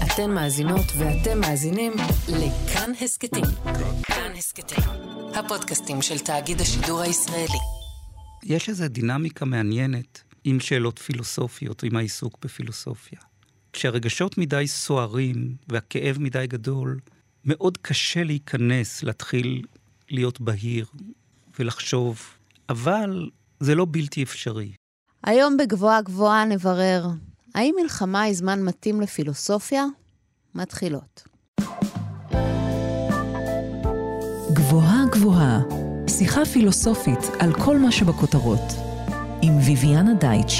אתן מאזינות ואתם מאזינים לכאן הסקטים. כאן הסקטים, הפודקאסטים של תאגיד השידור הישראלי. יש איזו דינמיקה מעניינת עם שאלות פילוסופיות, עם העיסוק בפילוסופיה. כשהרגשות מדי סוערים והכאב מדי גדול, מאוד קשה להיכנס, להתחיל להיות בהיר ולחשוב, אבל זה לא בלתי אפשרי. היום בגבוהה גבוהה נברר, האם מלחמה היא זמן מתאים לפילוסופיה? מתחילות. גבוהה גבוהה, שיחה פילוסופית על כל מה שבכותרות, עם ויויאנה דייטש.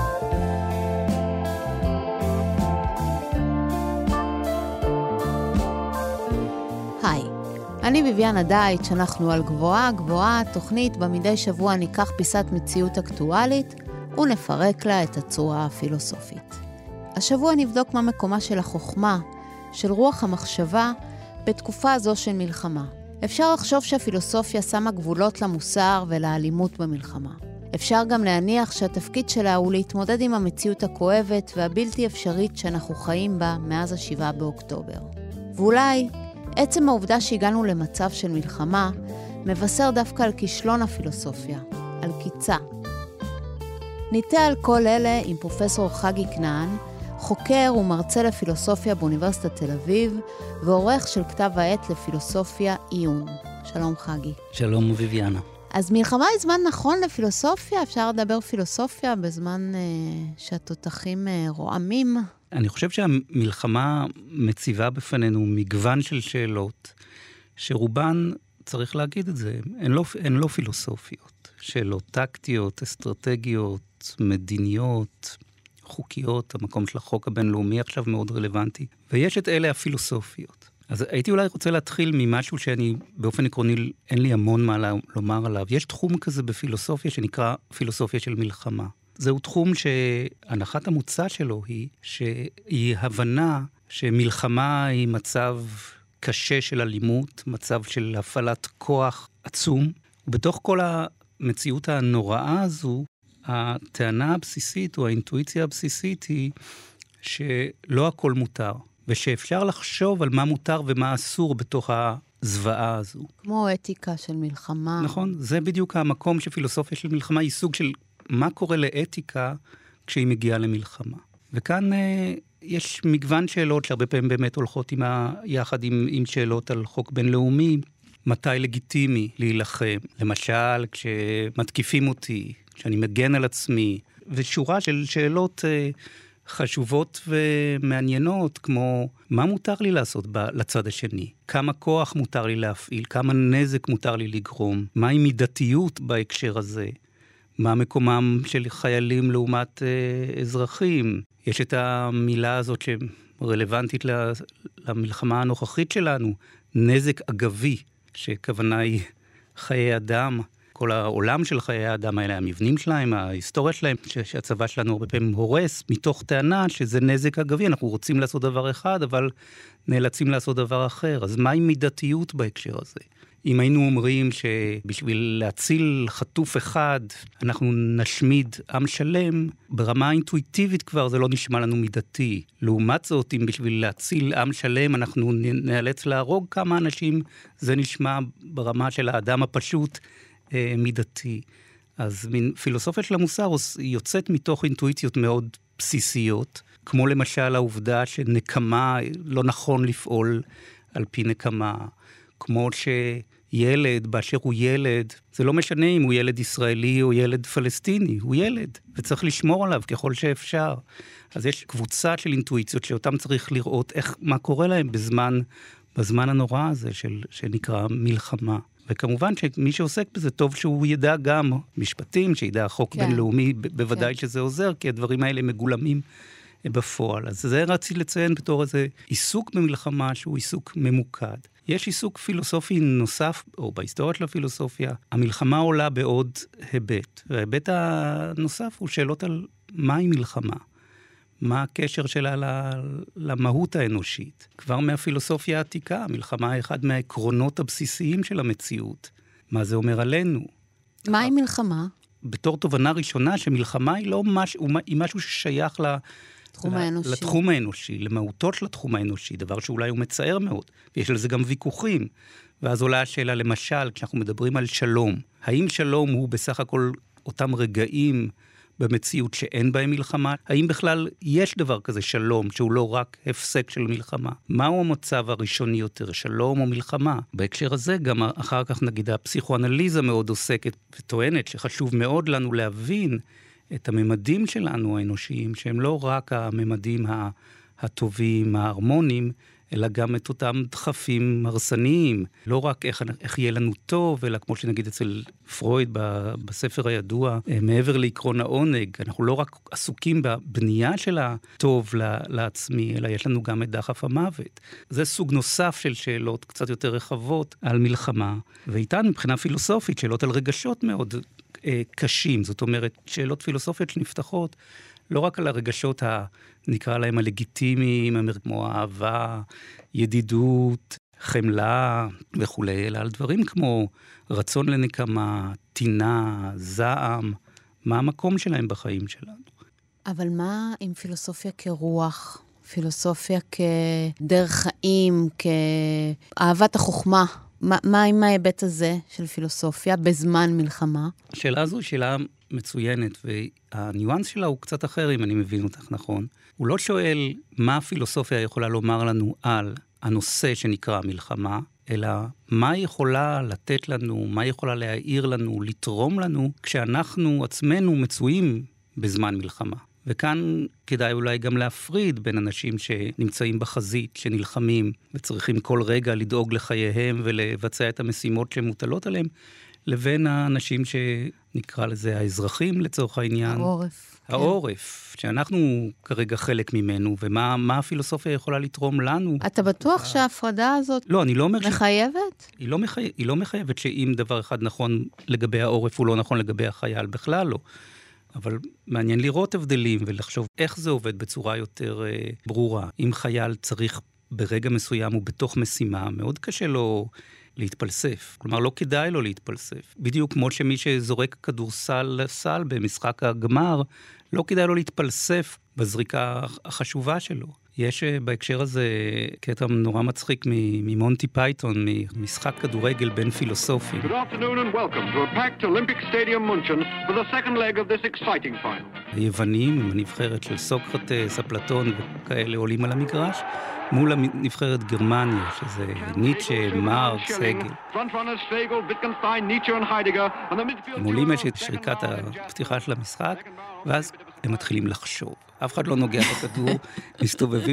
היי, אני ויויאנה דייטש, אנחנו על גבוהה גבוהה, תוכנית במדי שבוע ניקח פיסת מציאות אקטואלית, ונפרק לה את הצורה הפילוסופית. השבוע נבדוק מה מקומה של החוכמה, של רוח המחשבה, בתקופה הזו של מלחמה. אפשר לחשוב שהפילוסופיה שמה גבולות למוסר ולאלימות במלחמה. אפשר גם להניח שהתפקיד שלה הוא להתמודד עם המציאות הכואבת והבלתי אפשרית שאנחנו חיים בה מאז 7 באוקטובר. ואולי, עצם העובדה שהגענו למצב של מלחמה, מבשר דווקא על כישלון הפילוסופיה, על קיצה. ניתה על כל אלה עם פרופסור חגי כנען, חוקר ומרצה לפילוסופיה באוניברסיטת תל אביב, ועורך של כתב העת לפילוסופיה עיון. שלום חגי. שלום ויויאנה. אז מלחמה היא זמן נכון לפילוסופיה? אפשר לדבר פילוסופיה בזמן שהתותחים רועמים? אני חושב שהמלחמה מציבה בפנינו מגוון של שאלות, שרובן, צריך להגיד את זה, הן לא פילוסופיות. שאלות טקטיות, אסטרטגיות, מדיניות, חוקיות, המקום של החוק הבינלאומי עכשיו מאוד רלוונטי. ויש את אלה הפילוסופיות. אז הייתי אולי רוצה להתחיל ממשהו שאני באופן עקרוני אין לי המון מה לומר עליו. יש תחום כזה בפילוסופיה שנקרא פילוסופיה של מלחמה. זהו תחום שהנחת המוצא שלו היא הבנה שמלחמה היא מצב קשה של אלימות, מצב של הפעלת כוח עצום, ובתוך כל המציאות הנוראה הזו, הטענה הבסיסית או האינטואיציה הבסיסית היא שלא הכל מותר, ושאפשר לחשוב על מה מותר ומה אסור בתוך הזוועה הזו. כמו אתיקה של מלחמה. נכון, זה בדיוק המקום שפילוסופיה של מלחמה היא סוג של מה קורה לאתיקה כשהיא מגיעה למלחמה. וכאן יש מגוון שאלות שהרבה פעמים באמת הולכות יחד עם שאלות על חוק בינלאומי, מתי לגיטימי להילחם, למשל כשמתקיפים אותי, כשאני מגן על עצמי, ושורה של שאלות חשובות ומעניינות, כמו מה מותר לי לעשות לצד השני, כמה כוח מותר לי להפעיל, כמה נזק מותר לי לגרום, מהי מידתיות בהקשר הזה, מה מקומם של חיילים לעומת אזרחים. יש את המילה הזאת שרלוונטית למלחמה הנוכחית שלנו, נזק אגבי, שכוונה היא חיי אדם, כל העולם של חיי האדם האלה, המבנים שלהם, ההיסטוריה שלהם, שהצבא שלנו הרבה פעמים הורס, מתוך טענה שזה נזק אגבי, אנחנו רוצים לעשות דבר אחד, אבל נאלצים לעשות דבר אחר. אז מהי מידתיות בהקשר הזה? אם היינו אומרים שבשביל להציל חטוף אחד, אנחנו נשמיד עם שלם, ברמה האינטואיטיבית כבר זה לא נשמע לנו מידתי. לעומת זאת, אם בשביל להציל עם שלם, אנחנו נאלץ להרוג כמה אנשים, זה נשמע ברמה של האדם הפשוט מידתי. אז מין פילוסופיה של המוסר יוצאת מתוך אינטואיציות מאוד בסיסיות, כמו למשל העובדה שנקמה לא נכון לפעול על פי נקמה, כמו שילד, באשר הוא ילד, זה לא משנה אם הוא ילד ישראלי או ילד פלסטיני, הוא ילד, וצריך לשמור עליו ככל שאפשר. אז יש קבוצה של אינטואיציות שאותם צריך לראות מה קורה להם בזמן הנורא הזה שנקרא מלחמה. וכמובן שמי שעוסק בזה טוב שהוא ידע גם משפטים, שידע חוק בינלאומי, בוודאי שזה עוזר, כי הדברים האלה מגולמים בפועל. אז זה רציתי לציין בתור איזה עיסוק במלחמה שהוא עיסוק ממוקד. יש עיסוק פילוסופי נוסף, או בהיסטוריה של הפילוסופיה, המלחמה עולה בעוד היבט. וההיבט הנוסף הוא שאלות על מהי מלחמה. מה הקשר שלה למהות האנושית. כבר מהפילוסופיה העתיקה, המלחמה היא אחד מהעקרונות הבסיסיים של המציאות. מה זה אומר עלינו? מהי מלחמה? בתור תובנה ראשונה, שמלחמה היא לא משהו, היא משהו ששייך לתחום האנושי, למהותו של התחום האנושי, דבר שאולי הוא מצער מאוד, ויש לזה גם ויכוחים. ואז עולה השאלה, למשל, כשאנחנו מדברים על שלום, האם שלום הוא בסך הכל אותם רגעים במציאות שאין בהם מלחמה? האם בכלל יש דבר כזה שלום, שהוא לא רק הפסק של מלחמה? מהו המצב הראשוני יותר, שלום או מלחמה? בהקשר הזה גם אחר כך נגיד הפסיכואנליזה מאוד עוסקת וטוענת שחשוב מאוד לנו להבין את הממדים שלנו האנושיים, שהם לא רק הממדים הטובים, ההרמונים, אלא גם את אותם דחפים הרסניים. לא רק איך יהיה לנו טוב, אלא כמו שנגיד אצל פרויד בספר הידוע, מעבר לעקרון העונג, אנחנו לא רק עסוקים בבנייה של הטוב לעצמי, אלא יש לנו גם את דחף המוות. זה סוג נוסף של שאלות קצת יותר רחבות על מלחמה, ואיתן מבחינה פילוסופית, שאלות על רגשות מאוד קשים. זאת אומרת, שאלות פילוסופיות שנפתחות, לא רק על הרגשות נקרא להם הלגיטימיים, כמו אהבה, ידידות, חמלה וכו', אלא על דברים כמו רצון לנקמה, טינה, זעם, מה המקום שלהם בחיים שלנו. אבל מה עם פילוסופיה כרוח? פילוסופיה כדרך חיים, כאהבת החוכמה? מה עם ההיבט הזה של פילוסופיה בזמן מלחמה? השאלה הזו היא שאלה מצוינת, והניואנס שלה הוא קצת אחר, אם אני מבין אותך נכון. הוא לא שואל מה הפילוסופיה יכולה לומר לנו על הנושא שנקרא מלחמה, אלא מה יכולה לתת לנו, מה יכולה להעיר לנו, לתרום לנו, כשאנחנו עצמנו מצויים בזמן מלחמה. וכאן כדאי אולי גם להפריד בין אנשים שנמצאים בחזית, שנלחמים וצריכים כל רגע לדאוג לחייהם ולבצע את המשימות שמוטלות עליהם, לבין האנשים שנקרא לזה האזרחים לצורך העניין. העורף, שאנחנו כרגע חלק ממנו, ומה הפילוסופיה יכולה לתרום לנו. אתה בטוח שההפרדה הזאת מחייבת? היא לא מחייבת שאם דבר אחד נכון לגבי העורף הוא לא נכון לגבי החייל, בכלל לא. אבל מעניין לראות הבדלים ולחשוב איך זה עובד בצורה יותר ברורה. אם חייל צריך ברגע מסוים ובתוך משימה, מאוד קשה לו להתפלסף. כלומר, לא כדאי לו להתפלסף. בדיוק כמו שמי שזורק כדורסל לסל במשחק הגמר, לא כדאי לו להתפלסף בזריקה החשובה שלו. יש בהקשר הזה קטע נורא מצחיק ממונטי פייתון, ממשחק כדורגל בין פילוסופים. Good afternoon and welcome to a packed Olympic Stadium München for the second leg of this exciting final. היוונים, עם הנבחרת של סוקרטס, אפלטון וכאלה עולים על המגרש, מול הנבחרת גרמניה, שזה ניטשה, מרקס, הגל. הם עולים את שריקת הפתיחה של המשחק, ואז הם מתחילים לחשוב. אף אחד לא נוגע בכדור, מסתובבים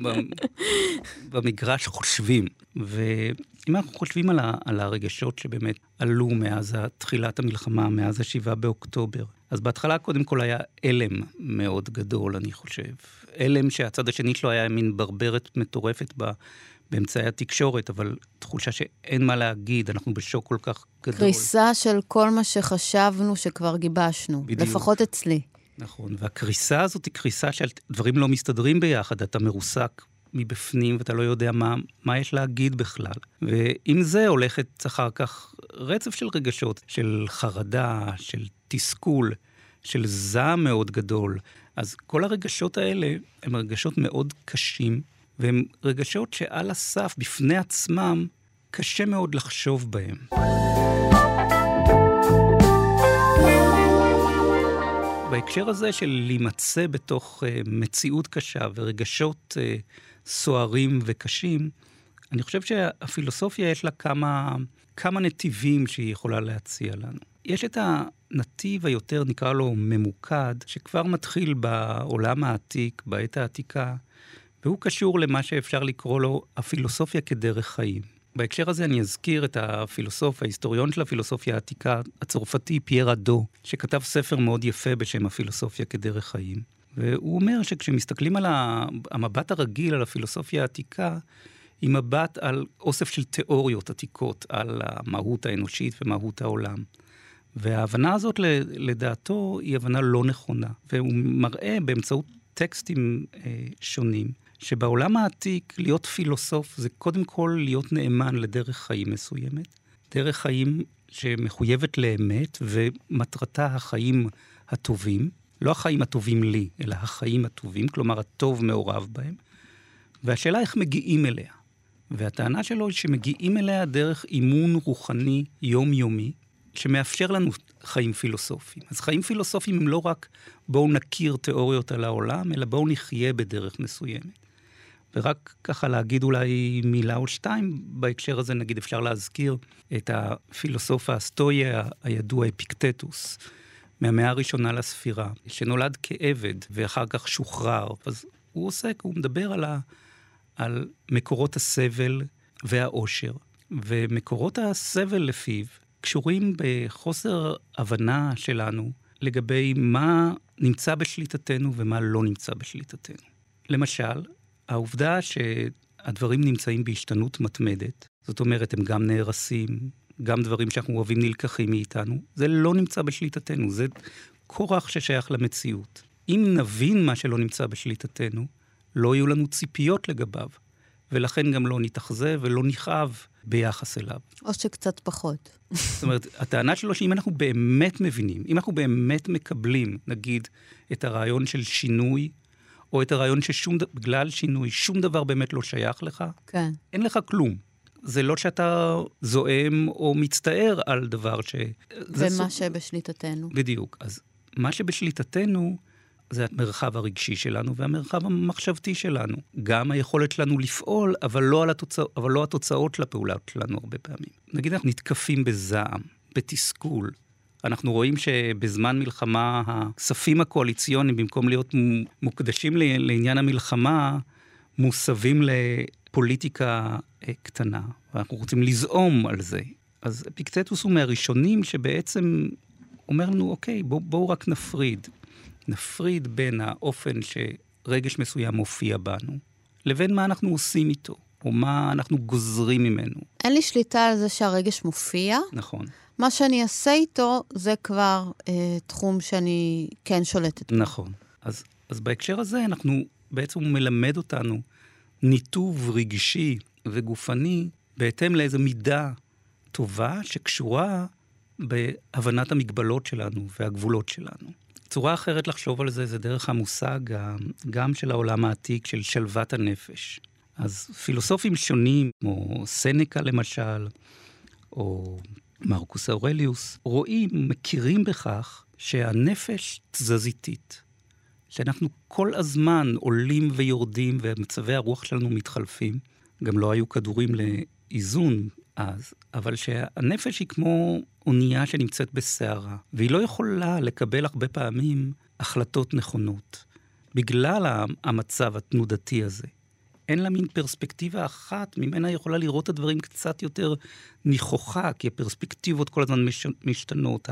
במגרש, חושבים. ואם אנחנו חושבים על הרגשות שבאמת עלו מאז תחילת המלחמה, מאז 7 באוקטובר, אז בהתחלה קודם כל היה אלם מאוד גדול, אני חושב. אלם שהצד השני שלו היה מין ברברת מטורפת באמצעי התקשורת, אבל תחושה שאין מה להגיד, אנחנו בשוק כל כך גדול. קריסה של כל מה שחשבנו שכבר גיבשנו, בדיוק. לפחות אצלי. נכון, והקריסה הזאת היא קריסה של דברים לא מסתדרים ביחד, אתה מרוסק מבפנים ואתה לא יודע מה יש להגיד בכלל. ועם זה הולכת אחר כך רצף של רגשות, של חרדה, של תסכול, של זעם מאוד גדול. אז כל הרגשות האלה הם רגשות מאוד קשים, והם רגשות שעל הסף, בפני עצמם, קשה מאוד לחשוב בהם. בהקשר הזה של להימצא בתוך מציאות קשה ורגשות סוערים וקשים, אני חושב שהפילוסופיה יש לה כמה נתיבים שהיא יכולה להציע לנו. יש את הנתיב היותר, נקרא לו ממוקד, שכבר מתחיל בעולם העתיק, בעת העתיקה, והוא קשור למה שאפשר לקרוא לו הפילוסופיה כדרך חיים. בהקשר הזה אני אזכיר את הפילוסוף, ההיסטוריון של הפילוסופיה העתיקה, הצרפתי פייר אדו, שכתב ספר מאוד יפה בשם הפילוסופיה כדרך חיים. והוא אומר שכשמסתכלים על המבט הרגיל על הפילוסופיה העתיקה, היא מבט על אוסף של תיאוריות עתיקות, על המהות האנושית ומהות העולם. וההבנה הזאת לדעתו היא הבנה לא נכונה. והוא מראה באמצעות טקסטים שונים, שבעולם העתיק להיות פילוסוף זה קודם כל להיות נאמן לדרך חיים מסוימת. דרך חיים שמחויבת לאמת ומטרתה החיים הטובים. לא החיים הטובים לי, אלא החיים הטובים, כלומר הטוב מעורב בהם. והשאלה איך מגיעים אליה. והטענה שלו היא שמגיעים אליה דרך אימון רוחני יומיומי, שמאפשר לנו חיים פילוסופיים. אז חיים פילוסופיים הם לא רק בואו נכיר תיאוריות על העולם, אלא בואו נחיה בדרך מסוימת. ורק ככה להגיד אולי מילה או שתיים, בהקשר הזה נגיד אפשר להזכיר את הפילוסוף הסטואי הידוע אפיקטטוס, מהמאה הראשונה לספירה, שנולד כעבד ואחר כך שוחרר. אז הוא מדבר על מקורות הסבל והאושר. ומקורות הסבל לפיו קשורים בחוסר הבנה שלנו לגבי מה נמצא בשליטתנו ומה לא נמצא בשליטתנו. למשל, העובדה שהדברים נמצאים בהשתנות מתמדת, זאת אומרת, הם גם נהרסים, גם דברים שאנחנו אוהבים נלקחים מאיתנו, זה לא נמצא בשליטתנו, זה כורח ששייך למציאות. אם נבין מה שלא נמצא בשליטתנו, לא יהיו לנו ציפיות לגביו, ולכן גם לא נתאכזב ולא נכאב ביחס אליו. או שקצת פחות. זאת אומרת, הטענה שלו שאם אנחנו באמת מבינים, אם אנחנו באמת מקבלים, נגיד, את הרעיון של שינוי, או את הרעיון שבגלל שינוי שום דבר באמת לא שייך לך, כן. אין לך כלום. זה לא שאתה זועם או מצטער על דבר ומה שבשליטתנו. בדיוק. אז מה שבשליטתנו זה המרחב הרגשי שלנו והמרחב המחשבתי שלנו. גם היכולת שלנו לפעול, אבל לא התוצאות לפעולות שלנו הרבה פעמים. נגיד אנחנו נתקפים בזעם, בתסכול. אנחנו רואים שבזמן מלחמה הכספים הקואליציוניים, במקום להיות מוקדשים לעניין המלחמה, מוסבים לפוליטיקה קטנה. ואנחנו רוצים לזעום על זה. אז אפיקטטוס הוא מהראשונים שבעצם אומר לנו, אוקיי, בואו רק נפריד בין האופן שרגש מסוים מופיע בנו, לבין מה אנחנו עושים איתו, או מה אנחנו גוזרים ממנו. אין לי שליטה על זה שהרגש מופיע. נכון. מה שאני אעשה איתו, זה כבר תחום שאני כן שולטת. נכון. אז בהקשר הזה אנחנו בעצם מלמד אותנו ניתוב רגשי וגופני, בהתאם לאיזו מידה טובה שקשורה בהבנת המגבלות שלנו והגבולות שלנו. צורה אחרת לחשוב על זה, זה דרך המושג גם של העולם העתיק, של שלוות הנפש. אז פילוסופים שונים, כמו סנקה למשל, או מרקוס אורליוס, מכירים בכך שהנפש תזזיתית. שאנחנו כל הזמן עולים ויורדים, ומצבי הרוח שלנו מתחלפים. גם לא היו כדורים לאיזון אז, אבל שהנפש היא כמו אונייה שנמצאת בסערה, והיא לא יכולה לקבל הרבה פעמים החלטות נכונות, בגלל המצב התנודתי הזה. אין לה מין פרספקטיבה אחת, ממנה יכולה לראות את הדברים קצת יותר נכוחה, כי הפרספקטיבות כל הזמן משתנות,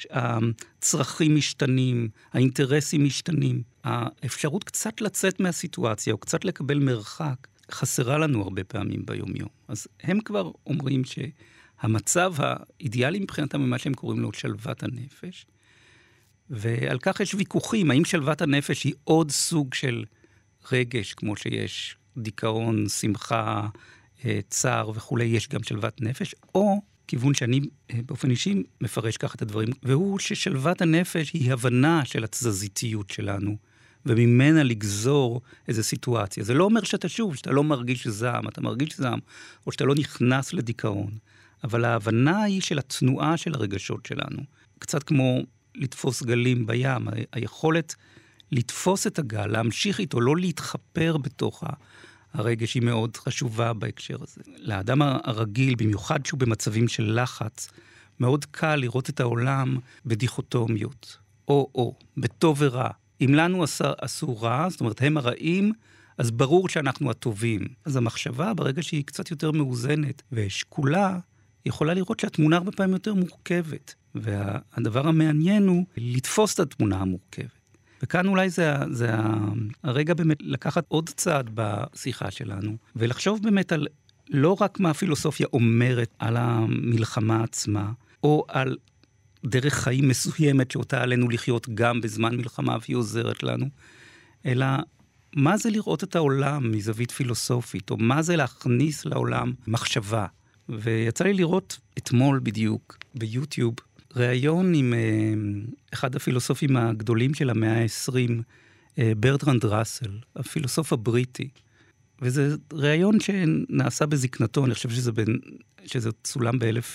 הצרכים משתנים, האינטרסים משתנים. האפשרות קצת לצאת מהסיטואציה, או קצת לקבל מרחק, חסרה לנו הרבה פעמים ביום-יום. אז הם כבר אומרים שהמצב האידיאלי מבחינתם ממה שהם קוראים לו שלוות הנפש, ועל כך יש ויכוחים, האם שלוות הנפש היא עוד סוג של רגש, כמו שיש דיכאון, שמחה, צער וכו', יש גם שלוות נפש, או כיוון שאני באופן אישי מפרש כך את הדברים, והוא ששלוות הנפש היא הבנה של התזזיתיות שלנו, וממנה לגזור איזו סיטואציה. זה לא אומר שאתה לא מרגיש זעם, אתה מרגיש זעם, או שאתה לא נכנס לדיכאון, אבל ההבנה היא של התנועה של הרגשות שלנו. קצת כמו לתפוס גלים בים, היכולת לתפוס את הגל, להמשיך איתו, לא להתחפר בתוך הרגש, היא מאוד חשובה בהקשר הזה. לאדם הרגיל, במיוחד שהוא במצבים של לחץ, מאוד קל לראות את העולם בדיכוטומיות, או, בטוב ורע. אם לנו עשו רע, זאת אומרת, הם הרעים, אז ברור שאנחנו הטובים. אז המחשבה, ברגע שהיא קצת יותר מאוזנת ושקולה, יכולה לראות שהתמונה הרבה פעמים יותר מורכבת. והדבר המעניין הוא לתפוס את התמונה המורכבת. וכאן אולי זה הרגע באמת לקחת עוד צעד בשיחה שלנו, ולחשוב באמת על לא רק מה הפילוסופיה אומרת על המלחמה עצמה, או על דרך חיים מסוימת שאותה עלינו לחיות גם בזמן מלחמה והיא עוזרת לנו, אלא מה זה לראות את העולם מזווית פילוסופית, או מה זה להכניס לעולם מחשבה. ויצא לי לראות אתמול בדיוק ביוטיוב ראיון עם אחד הפילוסופים הגדולים של המאה ה-20, ברטרנד ראסל, הפילוסוף הבריטי. וזה ראיון שנעשה בזקנתו, אני חושב שזה צולם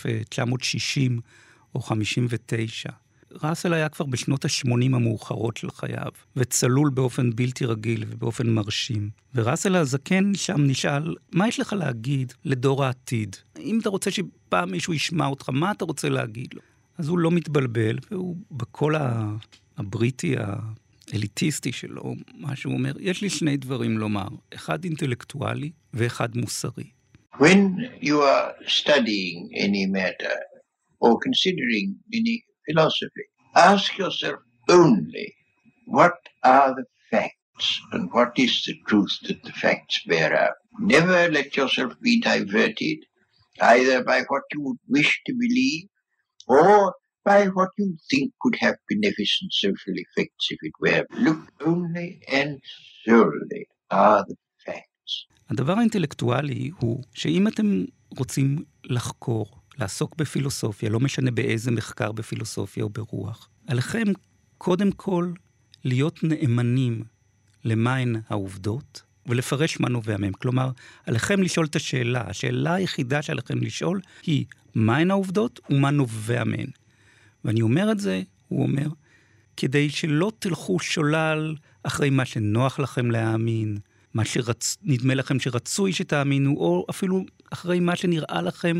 ב-1960 או 59. ראסל היה כבר בשנות ה-80 המאוחרות של חייו, וצלול באופן בלתי רגיל ובאופן מרשים. וראסל הזקן שם נשאל, מה יש לך להגיד לדור העתיד? אם אתה רוצה שפעם מישהו ישמע אותך, מה אתה רוצה להגיד לו? אז הוא לא מתבלבל, והוא בקול הבריטי האליטיסטי שלו, מה שהוא אומר, יש לי שני דברים לומר, אחד אינטלקטואלי ואחד מוסרי. When you are studying any matter or considering any philosophy, ask yourself only what are the facts and what is the truth that the facts bear out. Never let yourself be diverted either by what you would wish to believe or by what you think could have beneficent social effects if it were. Look only and solely are the facts. הדבר האינטלקטואלי הוא שאם אתם רוצים לחקור, לעסוק בפילוסופיה, לא משנה באיזה מחקר בפילוסופיה או ברוח, עליכם קודם כל להיות נאמנים למהן העובדות ולפרש מה נובע מהם. כלומר, עליכם לשאול את השאלה. השאלה היחידה שעליכם לשאול היא מהן העובדות ומה נובע מהן. ואני אומר את זה, הוא אומר, כדי שלא תלכו שולל אחרי מה שנוח לכם להאמין, מה שנדמה לכם שרצוי שתאמינו, או אפילו אחרי מה שנראה לכם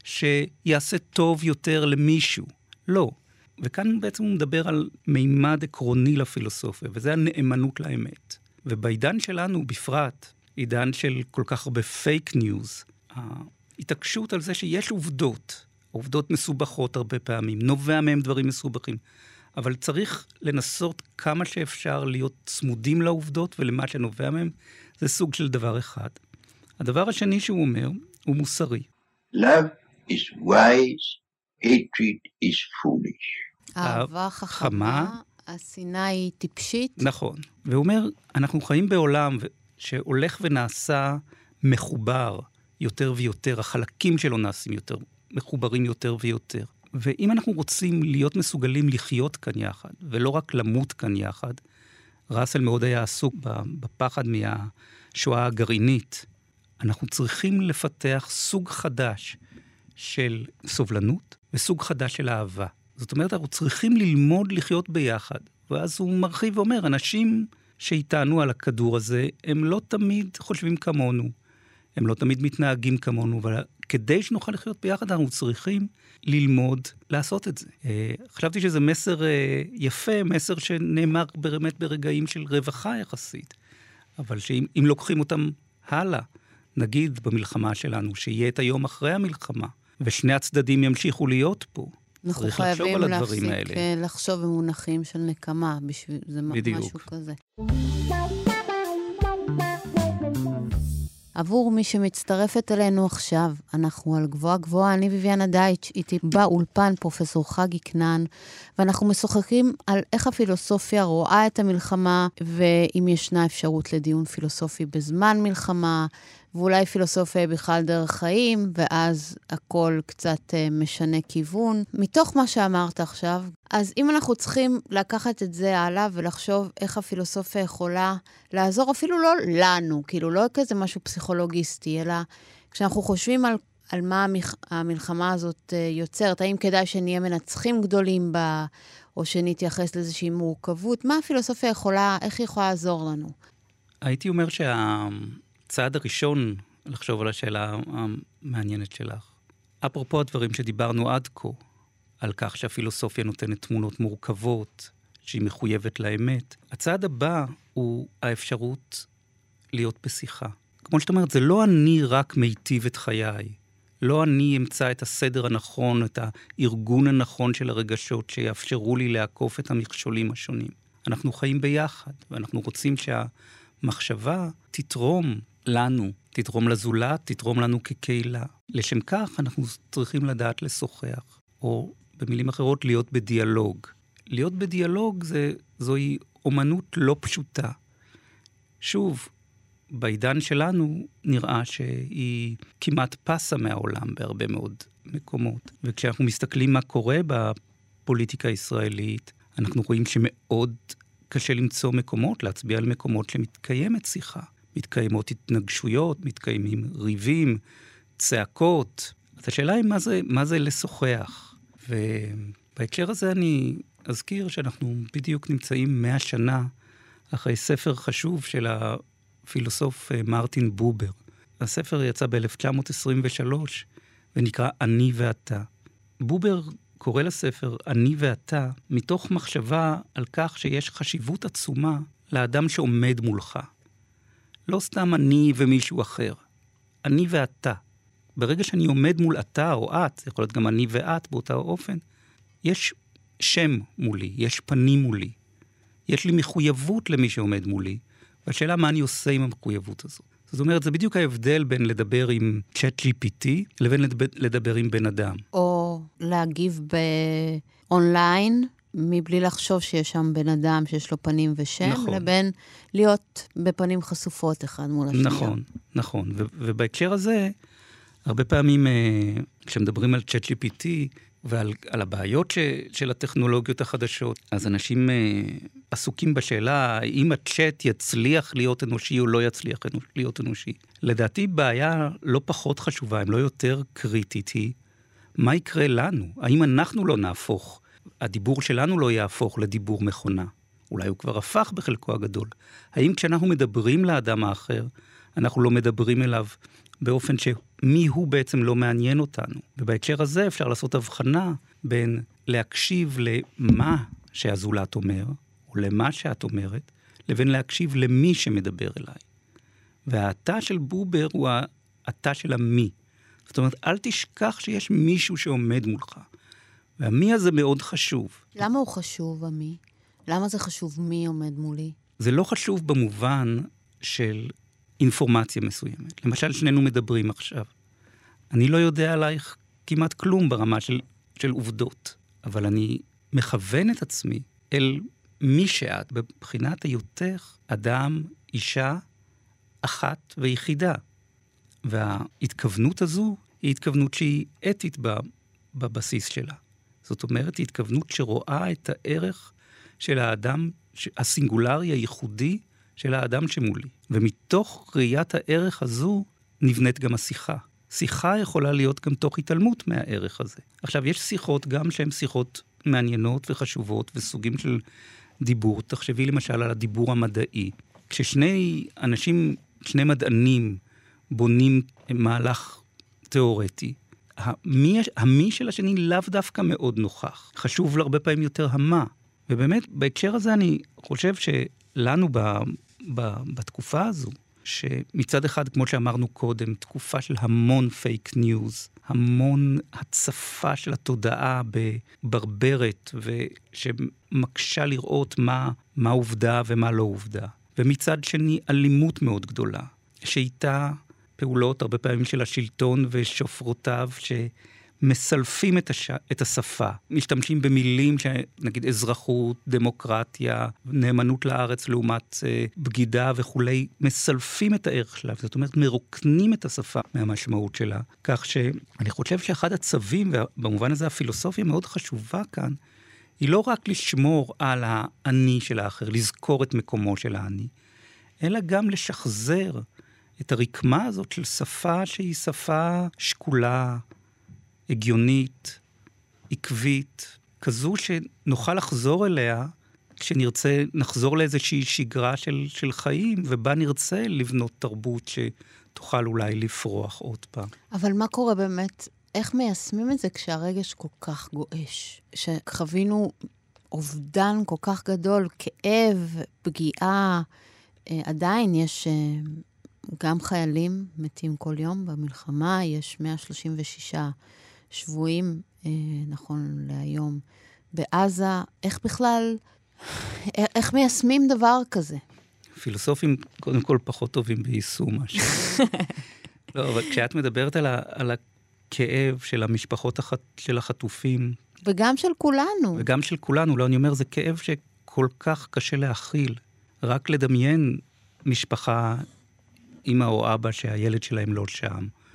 שיעשה טוב יותר למישהו. לא. וכאן בעצם הוא מדבר על מימד עקרוני לפילוסופיה, וזה הנאמנות לאמת. ובעידן שלנו בפרט, עידן של כל כך הרבה פייק ניוז, ההתעקשות על זה שיש עובדות, עובדות מסובכות הרבה פעמים, נובע מהם דברים מסובכים, אבל צריך לנסות כמה שאפשר להיות צמודים לעובדות ולמה שנובע מהם, זה סוג של דבר אחד. הדבר השני שהוא אומר, הוא מוסרי. Love is wise, hatred is foolish. אהבה חכמה, השנאה היא טיפשית. נכון. והוא אומר, אנחנו חיים בעולם שהולך ונעשה מחובר יותר ויותר, החלקים שלו נעשים יותר, מחוברים יותר ויותר. ואם אנחנו רוצים להיות מסוגלים לחיות כאן יחד, ולא רק למות כאן יחד, ראסל מאוד היה עסוק בפחד מהשואה הגרעינית, אנחנו צריכים לפתח סוג חדש של סובלנות, וסוג חדש של אהבה. זאת אומרת, אנחנו צריכים ללמוד לחיות ביחד. ואז הוא מרחיב ואומר, אנשים שאיתנו על הכדור הזה, הם לא תמיד חושבים כמונו, הם לא תמיד מתנהגים כמונו, אבל כדי שנוכל לחיות ביחד, אנחנו צריכים ללמוד לעשות את זה. חשבתי שזה מסר יפה, מסר שנאמר באמת ברגעים של רווחה יחסית, אבל שאם לוקחים אותם הלאה, נגיד במלחמה שלנו, שיהיה את היום אחרי המלחמה, ושני הצדדים ימשיכו להיות פה, אנחנו חייבים להפסיק לחשוב במונחים של נקמה, זה משהו כזה. עבור מי שמצטרפת אלינו עכשיו, אנחנו על גבוהה גבוהה, אני ויביאנה דייטש, איתי באולפן פרופסור חגי כנען, ואנחנו משוחחים על איך הפילוסופיה רואה את המלחמה, ואם ישנה אפשרות לדיון פילוסופי בזמן מלחמה, ואולי פילוסופיה בכלל דרך חיים, ואז הכל קצת משנה כיוון. מתוך מה שאמרת עכשיו, אז אם אנחנו צריכים לקחת את זה הלאה ולחשוב איך הפילוסופיה יכולה לעזור, אפילו לא לנו, כאילו לא כזה משהו פסיכולוגיסטי, אלא כשאנחנו חושבים על מה המלחמה הזאת יוצרת, האם כדאי שנהיה מנצחים גדולים בה, או שנתייחס לאיזושהי מורכבות, מה הפילוסופיה יכולה, איך היא יכולה לעזור לנו? הייתי אומר הצעד הראשון לחשוב על השאלה המעניינת שלך. אפרופו הדברים שדיברנו עד כה, על כך שהפילוסופיה נותנת תמונות מורכבות, שהיא מחויבת לאמת. הצעד הבא הוא האפשרות להיות בשיחה. כמו שאת אומרת, זה לא אני רק מיטיב את חיי. לא אני אמצא את הסדר הנכון, את הארגון הנכון של הרגשות שיאפשרו לי לעקוף את המכשולים השונים. אנחנו חיים ביחד, ואנחנו רוצים שהמחשבה תתרום לנו, תתרום לזולת, תתרום לנו כקהילה. לשם כך אנחנו צריכים לדעת לשוחח, או במילים אחרות להיות בדיאלוג. להיות בדיאלוג זוהי אומנות לא פשוטה. שוב, בעידן שלנו נראה שהיא כמעט פסה מהעולם בהרבה מאוד מקומות. וכשאנחנו מסתכלים מה קורה בפוליטיקה הישראלית. אנחנו רואים שמאוד קשה למצוא מקומות, להצביע על מקומות שמתקיימת שיחה. מתקיימות התנגשויות, מתקיימים ריבים, צעקות. אז השאלה היא מה זה לשוחח. ובהקשר הזה אני אזכיר שאנחנו בדיוק נמצאים 100 שנה אחרי ספר חשוב של הפילוסוף מרטין בובר. הספר יצא ב-1923 ונקרא אני ואתה. בובר קורא לספר אני ואתה מתוך מחשבה על כך שיש חשיבות עצומה לאדם שעומד מולך. לא סתם אני ומישהו אחר. אני ואתה. ברגע שאני עומד מול אתה או את, יכול להיות גם אני ואת באותה אופן, יש שם מולי, יש פנים מולי. יש לי מחויבות למי שעומד מולי, והשאלה מה אני עושה עם המחויבות הזאת. זאת אומרת, זה בדיוק ההבדל בין לדבר עם ChatGPT לבין לדבר עם בן אדם. או להגיב באונליין, מבלי לחשוב שיש שם בן אדם שיש לו פנים ושם, נכון. לבין להיות בפנים חשופות אחד מול השנייה. נכון, נכון. ובהקשר הזה, הרבה פעמים כשמדברים על ChatGPT ועל הבעיות של הטכנולוגיות החדשות, אז אנשים עסוקים בשאלה האם הצ'אט יצליח להיות אנושי או לא יצליח להיות אנושי. לדעתי בעיה לא פחות חשובה, אם לא יותר קריטית היא, מה יקרה לנו? האם אנחנו לא נהפוך? הדיבור שלנו לא יהפוך לדיבור מכונה. אולי הוא כבר הפך בחלקו הגדול. האם כשאנחנו מדברים לאדם האחר, אנחנו לא מדברים אליו באופן שמי הוא בעצם לא מעניין אותנו. ובהקשר הזה אפשר לעשות הבחנה בין להקשיב למה שהזולת אומר, או למה שאת אומרת, לבין להקשיב למי שמדבר אליי. והאתה של בובר הוא האתה של המי. זאת אומרת, אל תשכח שיש מישהו שעומד מולך. והמי הזה מאוד חשוב. למה הוא חשוב, המי? למה זה חשוב מי עומד מולי? זה לא חשוב במובן של אינפורמציה מסוימת. למשל, שנינו מדברים עכשיו. אני לא יודע עלייך כמעט כלום ברמה של עובדות, אבל אני מכוון את עצמי אל מי שאת, בבחינת היותך אדם, אישה, אחת ויחידה. וההתכוונות הזו היא התכוונות שהיא אתית בבסיס שלה. זאת אומרת, היא התכוונות שרואה את הערך של האדם, הסינגולרי, הייחודי של האדם שמולי. ומתוך ראיית הערך הזו נבנית גם השיחה. שיחה יכולה להיות גם תוך התעלמות מהערך הזה. עכשיו, יש שיחות גם שהן שיחות מעניינות וחשובות וסוגים של דיבור. תחשבי למשל על הדיבור המדעי. כששני אנשים, שני מדענים בונים מהלך תיאורטי, המי של השני לאו דווקא מאוד נוכח. חשוב להרבה פעמים יותר המה. ובאמת, בהקשר הזה אני חושב שלנו בתקופה הזו, שמצד אחד, כמו שאמרנו קודם, תקופה של המון פייק ניוז, המון הצפה של התודעה בברברת, ושמקשה לראות מה עובדה ומה לא עובדה. ומצד שני, אלימות מאוד גדולה, שאיתה פעולות הרבה פעמים של השלטון ושופרותיו שמסלפים את השפה. משתמשים במילים שנגיד אזרחות, דמוקרטיה, נאמנות לארץ לעומת בגידה וכולי, מסלפים את הערך שלה, זאת אומרת מרוקנים את השפה מהמשמעות שלה. כך שאני חושב שאחד הצווים, ובמובן הזה הפילוסופיה מאוד חשובה כאן, היא לא רק לשמור על האני של האחר, לזכור את מקומו של האני, אלא גם לשחזר את הרקמה הזאת של שפה שהיא שפה שקולה, הגיונית, עקבית, כזו שנוכל לחזור אליה, כשנרצה, נחזור לאיזושהי שגרה של חיים, ובה נרצה לבנות תרבות שתוכל אולי לפרוח עוד פעם. אבל מה קורה באמת? איך מיישמים את זה כשהרגש כל כך גואש? שחווינו אובדן כל כך גדול, כאב, פגיעה, עדיין יש גם חיילים מתים כל יום במלחמה, יש 136 שבויים, נכון להיום, בעזה. איך בכלל, איך מיישמים דבר כזה? פילוסופים קודם כל פחות טובים ביישום משהו. לא, אבל כשאת מדברת על הכאב של המשפחות של החטופים, וגם של כולנו. וגם של כולנו, לא, אני אומר, זה כאב שכל כך קשה להכיל. רק לדמיין משפחה, אמא או אבא שהילד שלהם לא שם,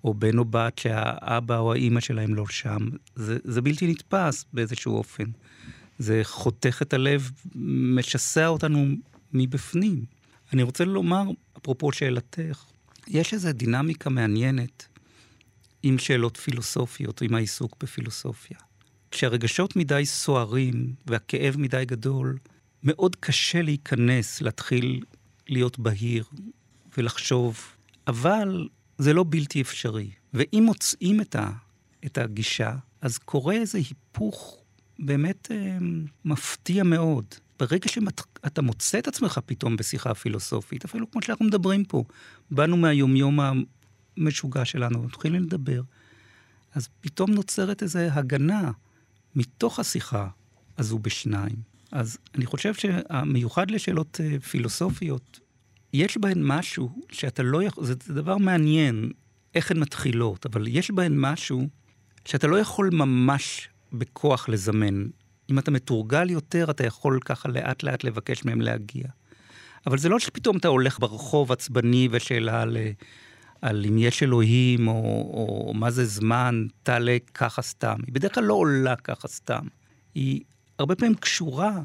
או בן או בת שהאבא או האמא שלהם לא שם. זה בלתי נתפס באיזשהו אופן. זה חותך את הלב, משסע אותנו מבפנים. אני רוצה לומר, אפרופו שאלתך, יש איזו דינמיקה מעניינת עם שאלות פילוסופיות, או עם העיסוק בפילוסופיה. כשהרגשות מדי סוערים והכאב מדי גדול, מאוד קשה להיכנס, להתחיל להיות בהיר ולחשוב, אבל זה לא בלתי אפשרי. ואם מוצאים את הגישה, אז קורה איזה היפוך באמת מפתיע מאוד. ברגע שאתה מוצא את עצמך פתאום בשיחה פילוסופית, אפילו כמו שאנחנו מדברים פה, באנו מהיומיום המשוגע שלנו, מתחילים לדבר, אז פתאום נוצרת איזו הגנה מתוך השיחה הזו בשניים. אז אני חושב שהמיוחד לשאלות פילוסופיות, יש בהן משהו שאתה לא יכול, זה דבר מעניין איך הן מתחילות, אבל יש בהן משהו שאתה לא יכול ממש בכוח לזמן. אם אתה מתורגל יותר, אתה יכול ככה לאט לאט לבקש מהם להגיע. אבל זה לא שפתאום אתה הולך ברחוב עצבני ושאלה על אם יש אלוהים או מה זה זמן, תעלה ככה סתם. היא בדרך כלל לא עולה ככה סתם. היא הרבה פעמים קשורה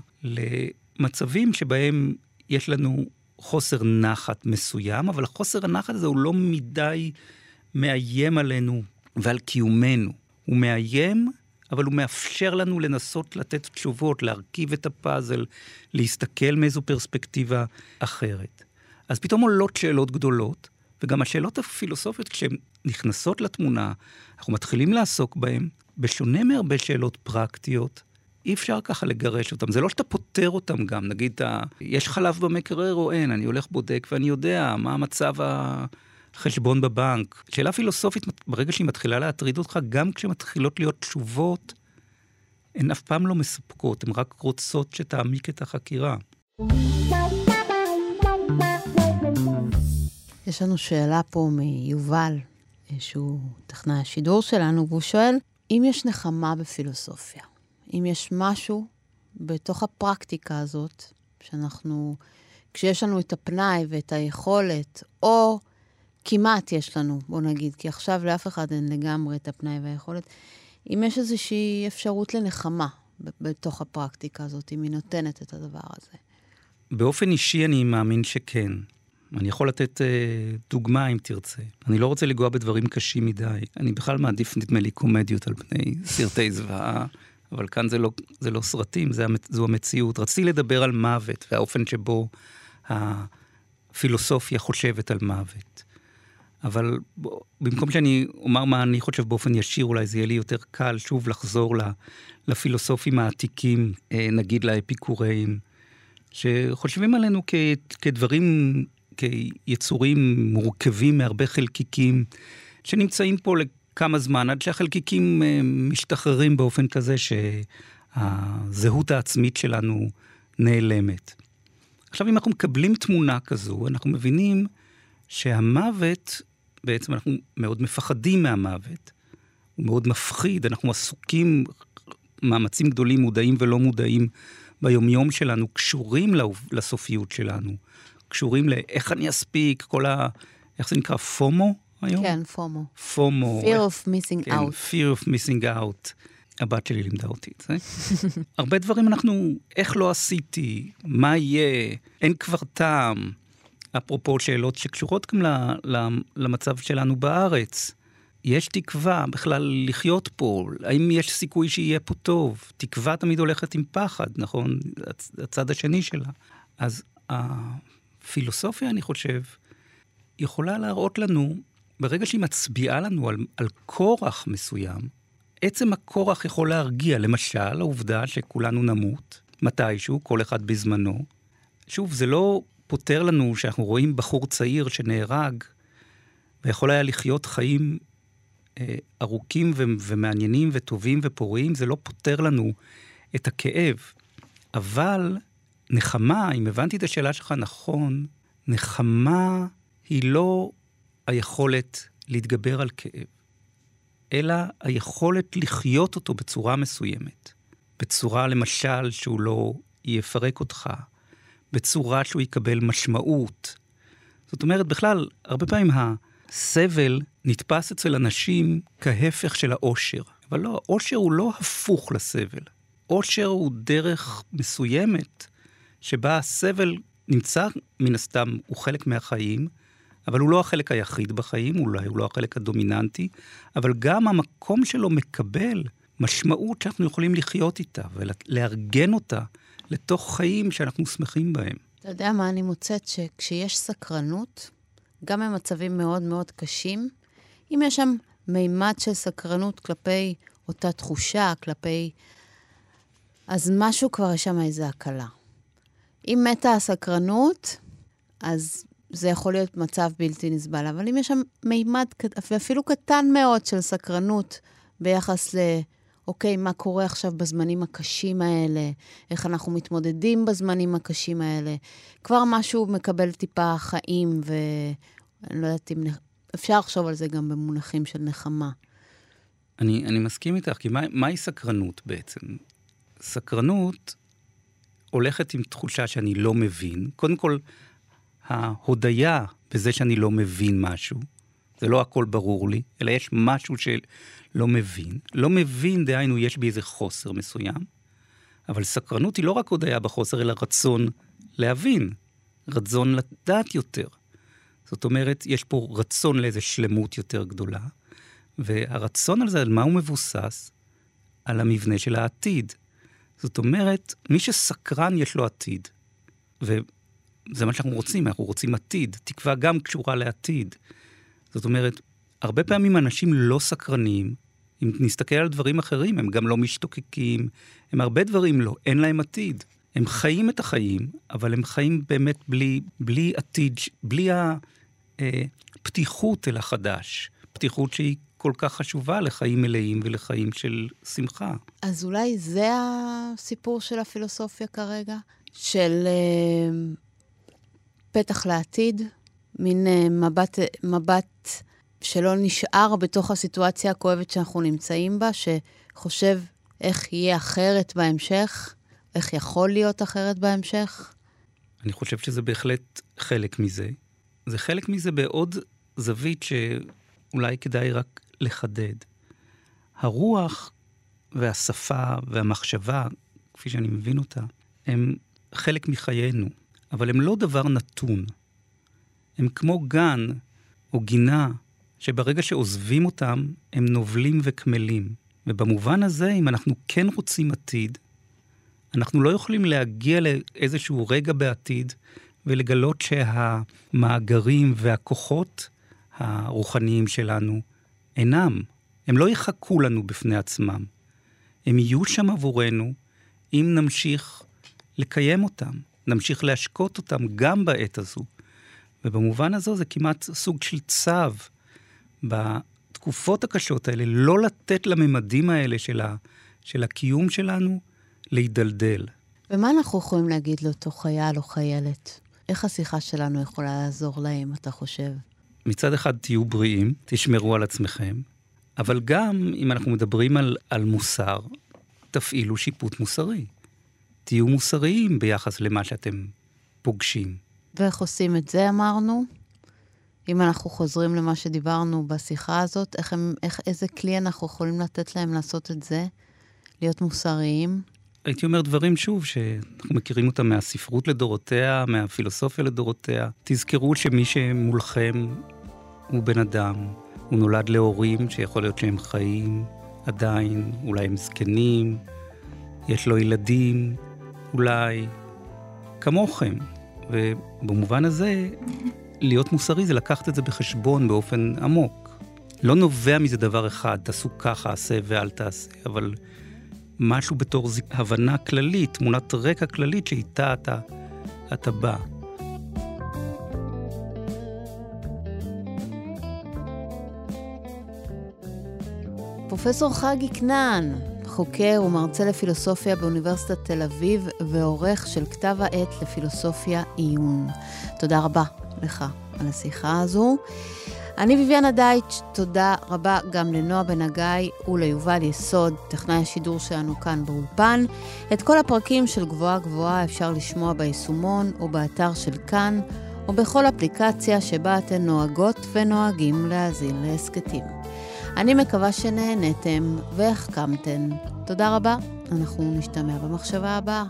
למצבים שבהם יש לנו חוסר נחת מסוים, אבל החוסר הנחת הזה הוא לא מדי מאיים עלינו ועל קיומנו. הוא מאיים, אבל הוא מאפשר לנו לנסות לתת תשובות, להרכיב את הפאזל, להסתכל מאיזו פרספקטיבה אחרת. אז פתאום עולות שאלות גדולות, וגם השאלות הפילוסופיות, כשהן נכנסות לתמונה, אנחנו מתחילים לעסוק בהן, בשונה מהרבה שאלות פרקטיות, אי אפשר ככה לגרש אותם. זה לא שאתה פותר אותם גם, נגיד, יש חלב במקרר או אין, אני הולך בודק ואני יודע מה המצב החשבון בבנק. שאלה פילוסופית, ברגע שהיא מתחילה להטריד אותך, גם כשמתחילות להיות תשובות, הן אף פעם לא מספקות, הן רק רוצות שתעמיק את החקירה. יש לנו שאלה פה מיובל, שהוא טכנאי השידור שלנו, והוא שואל, אם יש נחמה בפילוסופיה, אם יש משהו בתוך הפרקטיקה הזאת, כשיש לנו את הפנאי ואת היכולת, או כמעט יש לנו, בוא נגיד, כי עכשיו לאף אחד אין לגמרי את הפנאי והיכולת, אם יש איזושהי אפשרות לנחמה בתוך הפרקטיקה הזאת, אם היא נותנת את הדבר הזה. באופן אישי אני מאמין שכן. אני יכול לתת דוגמה אם תרצה. אני לא רוצה לגוע בדברים קשים מדי. אני בכלל מעדיף נדמה לי קומדיות על פני סרטי זוועה, אבל כאן זה לא סרטים, זו המציאות. רציתי לדבר על מוות והאופן שבו הפילוסופיה חושבת על מוות. אבל במקום שאני אומר מה אני חושב באופן ישיר, אולי זה יהיה לי יותר קל שוב לחזור לפילוסופים העתיקים, נגיד לאפיקוראים, שחושבים עלינו כדברים, כיצורים מורכבים מהרבה חלקיקים, שנמצאים פה לכמה זמן, עד שהחלקיקים משתחררים באופן כזה שהזהות העצמית שלנו נעלמת. עכשיו, אם אנחנו מקבלים תמונה כזו, אנחנו מבינים שהמוות, בעצם אנחנו מאוד מפחדים מהמוות, הוא מאוד מפחיד, אנחנו עסוקים מאמצים גדולים, מודעים ולא מודעים ביומיום שלנו, קשורים לסופיות שלנו, קשורים לאיך אני אספיק, איך זה נקרא? פומו היום? כן, פומו. פומו. Fear of missing כן, out. fear of missing out. הבת שלי לימדה אותי את זה. הרבה דברים אנחנו, איך לא עשיתי, מה יהיה, אין כבר טעם, אפרופו שאלות שקשורות גם למצב שלנו בארץ. יש תקווה בכלל לחיות פה, האם יש סיכוי שיהיה פה טוב? תקווה תמיד הולכת עם פחד, נכון? הצד השני שלה. אז הפילוסופיה, אני חושב, יכולה להראות לנו, ברגע שהיא מצביעה לנו על כורח מסוים, עצם הכורח יכול להרגיע, למשל, העובדה שכולנו נמות, מתישהו, כל אחד בזמנו. שוב, זה לא פותר לנו שאנחנו רואים בחור צעיר שנהרג, ויכול היה לחיות חיים ארוכים ומעניינים וטובים ופוריים, זה לא פותר לנו את הכאב. אבל נחמה, אם הבנתי את השאלה שלך נכון, נחמה היא לא היכולת להתגבר על כאב, אלא היכולת לחיות אותו בצורה מסוימת. בצורה, למשל, שהוא לא יפרק אותך, בצורה שהוא יקבל משמעות. זאת אומרת, בכלל, הרבה פעמים סבל נתפס אצל אנשים כהפך של האושר. אבל לא, האושר הוא לא הפוך לסבל. אושר הוא דרך מסוימת שבה הסבל נמצא מן הסתם, הוא חלק מהחיים, אבל הוא לא החלק היחיד בחיים, אולי הוא לא החלק הדומיננטי, אבל גם המקום שלו מקבל משמעות שאנחנו יכולים לחיות איתה, ולארגן אותה לתוך חיים שאנחנו שמחים בהם. אתה יודע מה אני מוצאת? שכשיש סקרנות, גם במצבים מאוד מאוד קשים, אם יש שם מימד של סקרנות כלפי אותה תחושה, כלפי... אז משהו כבר יש שם איזו הקלה. אם מתה הסקרנות, אז זה יכול להיות מצב בלתי נסבל. אבל אם יש שם מימד, ואפילו קטן מאוד של סקרנות, ביחס אוקיי, מה קורה עכשיו בזמנים הקשים האלה? איך אנחנו מתמודדים בזמנים הקשים האלה? כבר משהו מקבל טיפה חיים, ואני לא יודעת אם... אפשר לחשוב על זה גם במונחים של נחמה. אני מסכים איתך, כי מהי סקרנות בעצם? סקרנות הולכת עם תחושה שאני לא מבין. קודם כל, ההודעה בזה שאני לא מבין משהו, זה לא הכל ברור לי, אלא יש משהו שלא מבין. לא מבין, דהיינו, יש בי איזה חוסר מסוים, אבל סקרנות היא לא רק הודעה בחוסר, אלא רצון להבין, רצון לדעת יותר. זאת אומרת, יש פה רצון לאיזו שלמות יותר גדולה, והרצון על זה, על מה הוא מבוסס? על המבנה של העתיד. זאת אומרת, מי שסקרן יש לו עתיד. וזה מה שאנחנו רוצים, אנחנו רוצים עתיד. תקווה גם קשורה לעתיד. זאת אומרת, הרבה פעמים אנשים לא סקרנים, אם נסתכל על דברים אחרים, הם גם לא משתוקקים, הם הרבה דברים לא, אין להם עתיד. הם חיים את החיים, אבל הם חיים באמת בלי עתיד, בלי הפתיחות אל החדש. פתיחות שהיא כל כך חשובה לחיים מלאים ולחיים של שמחה. אז אולי זה הסיפור של הפילוסופיה כרגע? של פתח לעתיד? מין מבט שלא נשאר בתוך הסיטואציה הכואבת שאנחנו נמצאים בה, שחושב איך יהיה אחרת בהמשך, איך יכול להיות אחרת בהמשך? אני חושב שזה בהחלט חלק מזה. זה חלק מזה בעוד זווית שאולי כדאי רק לחדד. הרוח והשפה והמחשבה, כפי שאני מבין אותה, הם חלק מחיינו, אבל הם לא דבר נתון. הם כמו גן או גינה, שברגע שעוזבים אותם, הם נובלים וכמלים. ובמובן הזה, אם אנחנו כן רוצים עתיד, אנחנו לא יכולים להגיע לאיזשהו רגע בעתיד, ולגלות שהמאגרים והכוחות הרוחניים שלנו אינם. הם לא יחכו לנו בפני עצמם. הם יהיו שם עבורנו, אם נמשיך לקיים אותם, נמשיך להשקות אותם גם בעת הזו. ובמובן הזו זה כמעט סוג של צו בתקופות הקשות האלה, לא לתת לממדים האלה של הקיום שלנו להידלדל. ומה אנחנו יכולים להגיד לאותו חייל או חיילת? איך השיחה שלנו יכולה לעזור להם, אתה חושב? מצד אחד תהיו בריאים, תשמרו על עצמכם, אבל גם אם אנחנו מדברים על מוסר, תפעילו שיפוט מוסרי. תהיו מוסריים ביחס למה שאתם פוגשים. ואיך עושים את זה, אמרנו? אם אנחנו חוזרים למה שדיברנו בשיחה הזאת, איזה כלי אנחנו יכולים לתת להם לעשות את זה? להיות מוסריים? הייתי אומר דברים שוב, שאנחנו מכירים אותם מהספרות לדורותיה, מהפילוסופיה לדורותיה. תזכרו שמי שמולכם הוא בן אדם, הוא נולד להורים שיכול להיות שהם חיים עדיין, אולי הם זקנים, יש לו ילדים, אולי כמוכם. ובמובן הזה, להיות מוסרי זה לקחת את זה בחשבון באופן עמוק. לא נובע מזה דבר אחד, תעשו ככה, עשה ואל תעשה, אבל משהו בתור הבנה כללית, תמונת רקע כללית שאיתה אתה בא. פרופסור חגי כנען, חוקר ומרצה לפילוסופיה באוניברסיטת תל אביב, ועורך של כתב העת לפילוסופיה עיון. תודה רבה לך על השיחה הזו. אני ויויאנה דייטש, תודה רבה גם לנועה בן הגיא וליובל יסוד, טכנאי השידור שלנו כאן באולפן. את כל הפרקים של גבוהה גבוהה אפשר לשמוע ביישומון או באתר של כאן, או בכל אפליקציה שבה אתן נוהגות ונוהגים להאזין להסקטים. אני מקווה שנהנתם והחכמתן. תודה רבה, אנחנו נשתמע במחשבה הבאה.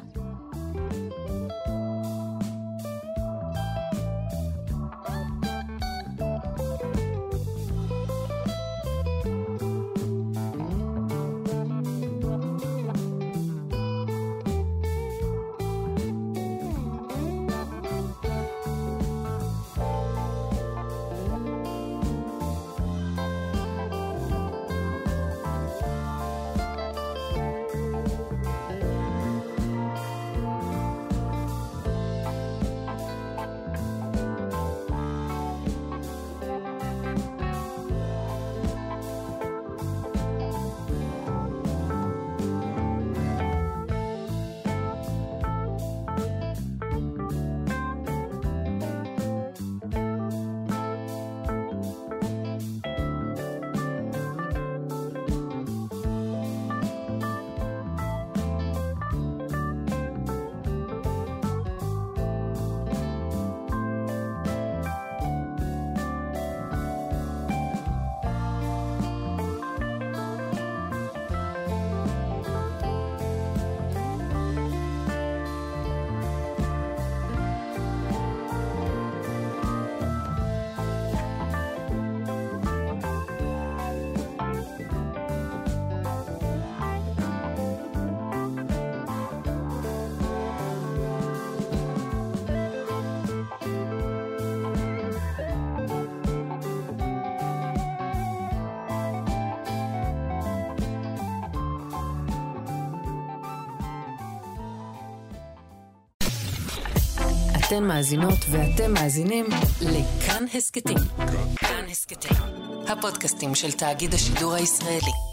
אתן מאזינות ואתם מאזינים לכאן הסקטים. כאן הסקטים, הפודקאסטים של תאגיד השידור הישראלי.